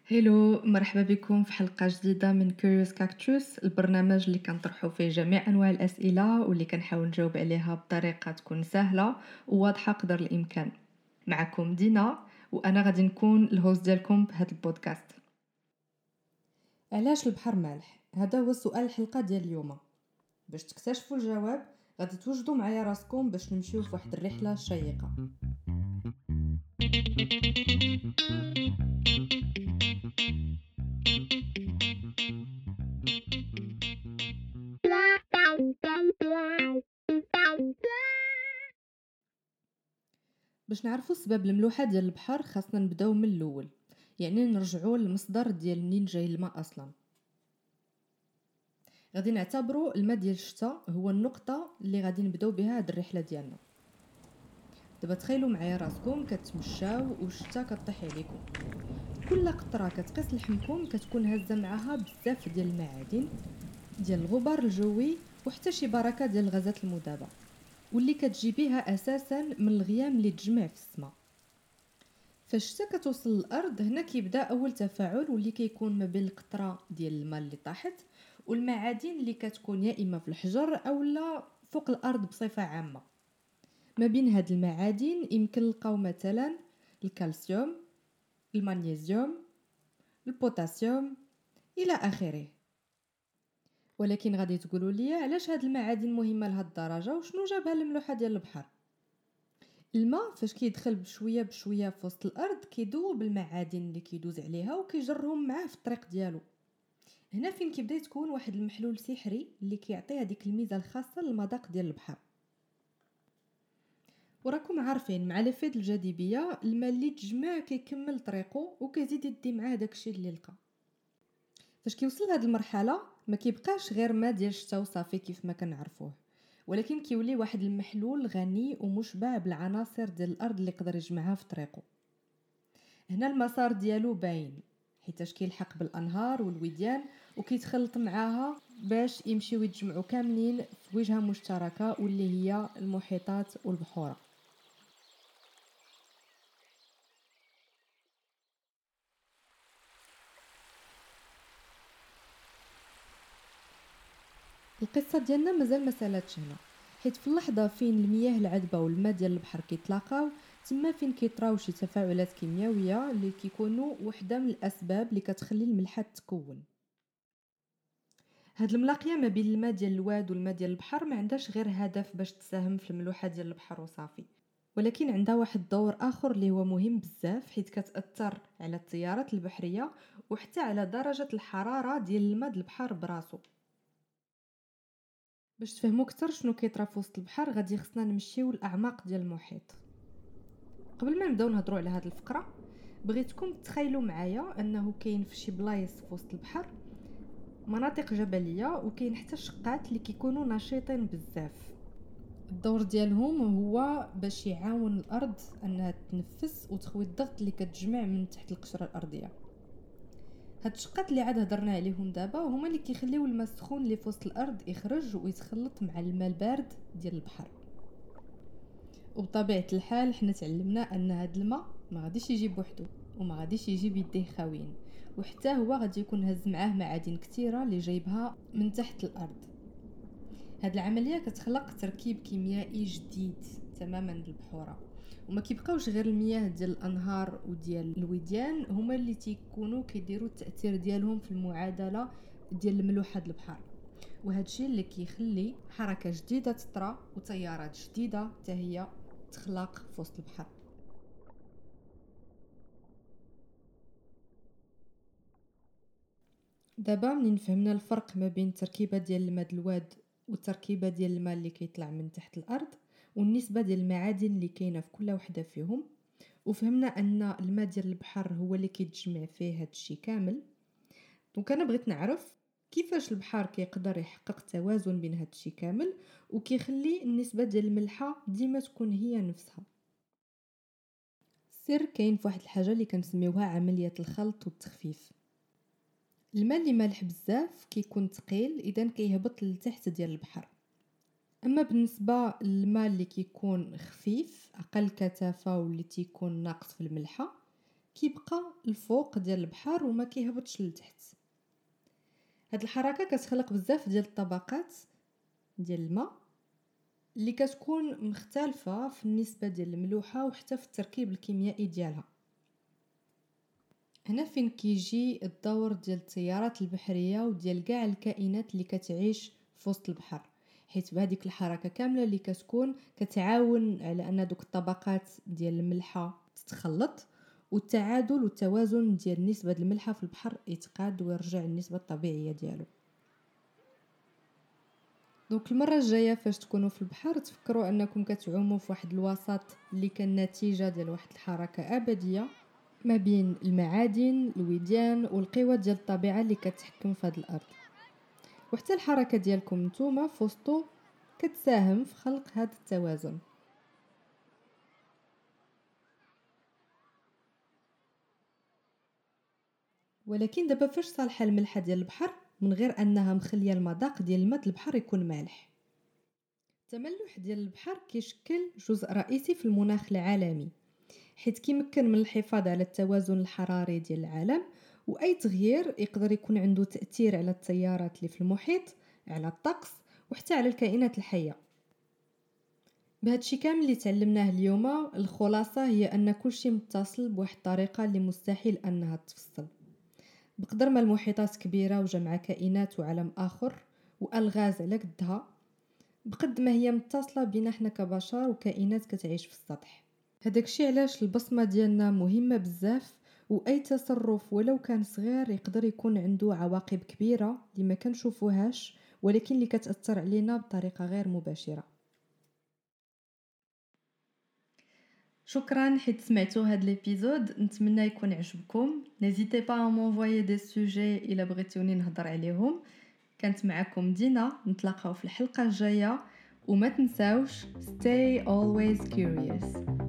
هيلو، مرحبا بكم في حلقة جديدة من كوريوس كاكتوس، البرنامج اللي كنطرحوا فيه جميع أنواع الأسئلة واللي كنحاول نجاوب عليها بطريقة تكون سهلة وواضحة قدر الإمكان. معكم دينا، وأنا غادي نكون الهوست ديالكم بهذا البودكاست. علاش البحر مالح؟ هذا هو سؤال الحلقه ديال اليوم. باش تكتشفوا الجواب غادي توجدوا معايا راسكم باش نمشيو في واحد الرحله شيقه. باش نعرفوا سبب الملوحه ديال البحر خاصنا نبداو من الاول، يعني نرجعوا للمصدر ديال منين جاي الماء اصلا. غادي نعتبروا الماء ديال الشتاء هو النقطه اللي غادي نبداو بها هاد الرحله ديالنا. دابا تخيلوا معايا راسكم كتمشاو والشتاء كطيح عليكم، كل قطره كتقيس لحمكم كتكون هازه معاها بزاف ديال المعادن ديال الغبار الجوي وحتى شي بركه ديال الغازات المذابه، واللي كتجيبيها اساسا من الغيام اللي تجمع في السماء. فالشتا كتوصل للارض، هنا كيبدا اول تفاعل واللي كيكون ما بين القطره ديال الماء اللي طاحت والمعادن اللي كتكون يا اما في الحجر او لا فوق الارض بصفه عامه. ما بين هاد المعادن يمكن نلقاو مثلا الكالسيوم، المغنيسيوم، البوتاسيوم الى اخره. ولكن غادي تقولوا لي علاش هاد المعادن مهمه لهاد الدرجه وشنو جابها الملوحه ديال البحر؟ الماء فاش كيدخل بشويه بشويه في وسط الارض كيذوب المعادن اللي كيدوز عليها وكيجرهم معاه في الطريق ديالو. هنا فين كيبدا يتكون واحد المحلول سحري اللي كيعطي هذيك الميزه الخاصه للمذاق ديال البحر. وراكم عارفين مع لفيد الجاذبيه الماء اللي تجمع كيكمل طريقه وكيزيد يدي معاه داكشي اللي لقى. فاش كيوصل لهاد المرحله ما كيبقاش غير ماء ديال الشتا وصافي كيف ما كنعرفوه، ولكن كيولي واحد المحلول غني ومشبع بالعناصر ديال الارض اللي يقدر يجمعها في طريقه. هنا المسار ديالو باين حيتاش كيلحق بالانهار والوديان وكيتخلط معاها باش يمشيو يتجمعوا كاملين في وجهه مشتركه واللي هي المحيطات والبحور. القصه ديالنا مازال ما سالاتش هنا، حيت في اللحظه فين المياه العذبه والماء ديال البحر كيتلاقاو تما فين كيطراو شي تفاعلات كيميائيه اللي كيكونوا وحده من الاسباب اللي كتخلي الملحه تكون. هاد الملاقيه ما بين الماء ديال الواد والماء ديال البحر ما عندهاش غير هدف باش تساهم في الملوحه ديال البحر وصافي، ولكن عندها واحد الدور اخر اللي هو مهم بزاف حيت كتاثر على التيارات البحريه وحتى على درجه الحراره ديال الماء ديال البحر براسو. باش تفهموا اكثر شنو كيطرا في وسط البحر غادي خصنا نمشيو للاعماق ديال المحيط. قبل ما نبداو نهضروا على هذه الفقره بغيتكم تخيلوا معايا انه كاين في شي بلايص في وسط البحر مناطق جبليه وكاين حتى شقات اللي كيكونوا نشيطين بزاف. الدور ديالهم هو باش يعاون الارض انها تنفس وتخوي الضغط اللي كتجمع من تحت القشره الارضيه. هاد الشقات اللي عاد هضرنا عليهم دابا هما اللي كيخليو الماء السخون اللي في وسط الارض يخرج ويتخلط مع الماء البارد ديال البحر. وبطبيعه الحال حنا تعلمنا ان هاد الماء ما غاديش يجي بوحدو وما غاديش يجي بيديه خاويين، وحتى هو غادي يكون هز معاه معادن كثيره اللي جايبها من تحت الارض. هاد العمليه كتخلق تركيب كيميائي جديد تماما للبحوره، وما كيبقاوش غير المياه ديال الانهار وديال الوديان هما اللي تيكونوا كيديروا التاثير ديالهم في المعادله ديال الملوحه ديال البحر. وهذا الشيء اللي كيخلي حركه جديده تطرا وتيارات جديده حتى هي تخلق في وسط البحر. دابا منين فهمنا الفرق ما بين التركيبه ديال الماء الواد والتركيبه ديال الماء اللي كيطلع من تحت الارض والنسبه ديال المعادن اللي كاينه في كل وحده فيهم، وفهمنا ان الماء ديال البحر هو اللي كيتجمع فيه هادشي كامل، دونك انا بغيت نعرف كيفاش البحر كيقدر يحقق توازن بين هادشي كامل وكيخلي النسبه ديال الملحه ديما تكون هي نفسها. السر كاين في واحد الحاجه اللي كنسميوها عمليه الخلط والتخفيف. الماء اللي مالح بزاف كيكون ثقيل اذا كيهبط لتحت ديال البحر، اما بالنسبه للماء اللي كيكون خفيف اقل كثافه واللي تيكون ناقص في الملحه كيبقى الفوق ديال البحر وما كيهبطش لتحت. هاد الحركه كتخلق بزاف ديال الطبقات ديال الماء اللي كتكون مختلفه في النسبه ديال الملوحه وحتى في التركيب الكيميائي ديالها. هنا فين كيجي الدور ديال التيارات البحريه وديال كاع الكائنات اللي كتعيش في وسط البحر، حيت بهذيك الحركه كامله اللي كتكون كتعاون على ان دوك الطبقات ديال الملحه تتخلط، والتعادل والتوازن ديال نسبه الملحه في البحر يتقاد ويرجع للنسبه الطبيعيه ديالو. دونك المره الجايه فاش تكونوا في البحر تفكروا انكم كتعوموا في واحد الوسط اللي كان نتيجه ديال واحد الحركه ابديه ما بين المعادن الوديان والقوى ديال الطبيعه اللي كتحكم في هذه الارض، وحتى الحركه ديالكم نتوما فوسطو كتساهم في خلق هذا التوازن. ولكن دابا فاش صالحه الملحه ديال البحر من غير انها مخليه المذاق ديال الماء البحر يكون مالح؟ التملح ديال البحر كيشكل جزء رئيسي في المناخ العالمي، حيث كيمكن من الحفاظ على التوازن الحراري ديال العالم، واي تغيير يقدر يكون عنده تاثير على التيارات اللي في المحيط، على الطقس، وحتى على الكائنات الحيه. بهادشي كامل اللي تعلمناه اليوم الخلاصه هي ان كل شيء متصل بواحد الطريقه اللي مستحيل انها تفصل. بقدر ما المحيطات كبيره وجمع كائنات وعالم اخر والغاز على قدها، بقد ما هي متصله بينا حنا كبشر وكائنات كتعيش في السطح. هذاك الشيء علاش البصمه ديالنا مهمه بزاف، واي تصرف ولو كان صغير يقدر يكون عنده عواقب كبيره اللي ما كنشوفوهاش ولكن اللي كتاثر علينا بطريقه غير مباشره. شكرا حيت سمعتوا هذا الابيزود، نتمنى يكون عجبكم. نزيتي با مونفويي دي سوجي الا بغيتوني نهضر عليهم. كانت معكم دينا، نتلاقاو في الحلقه الجايه، وما تنساوش stay always curious.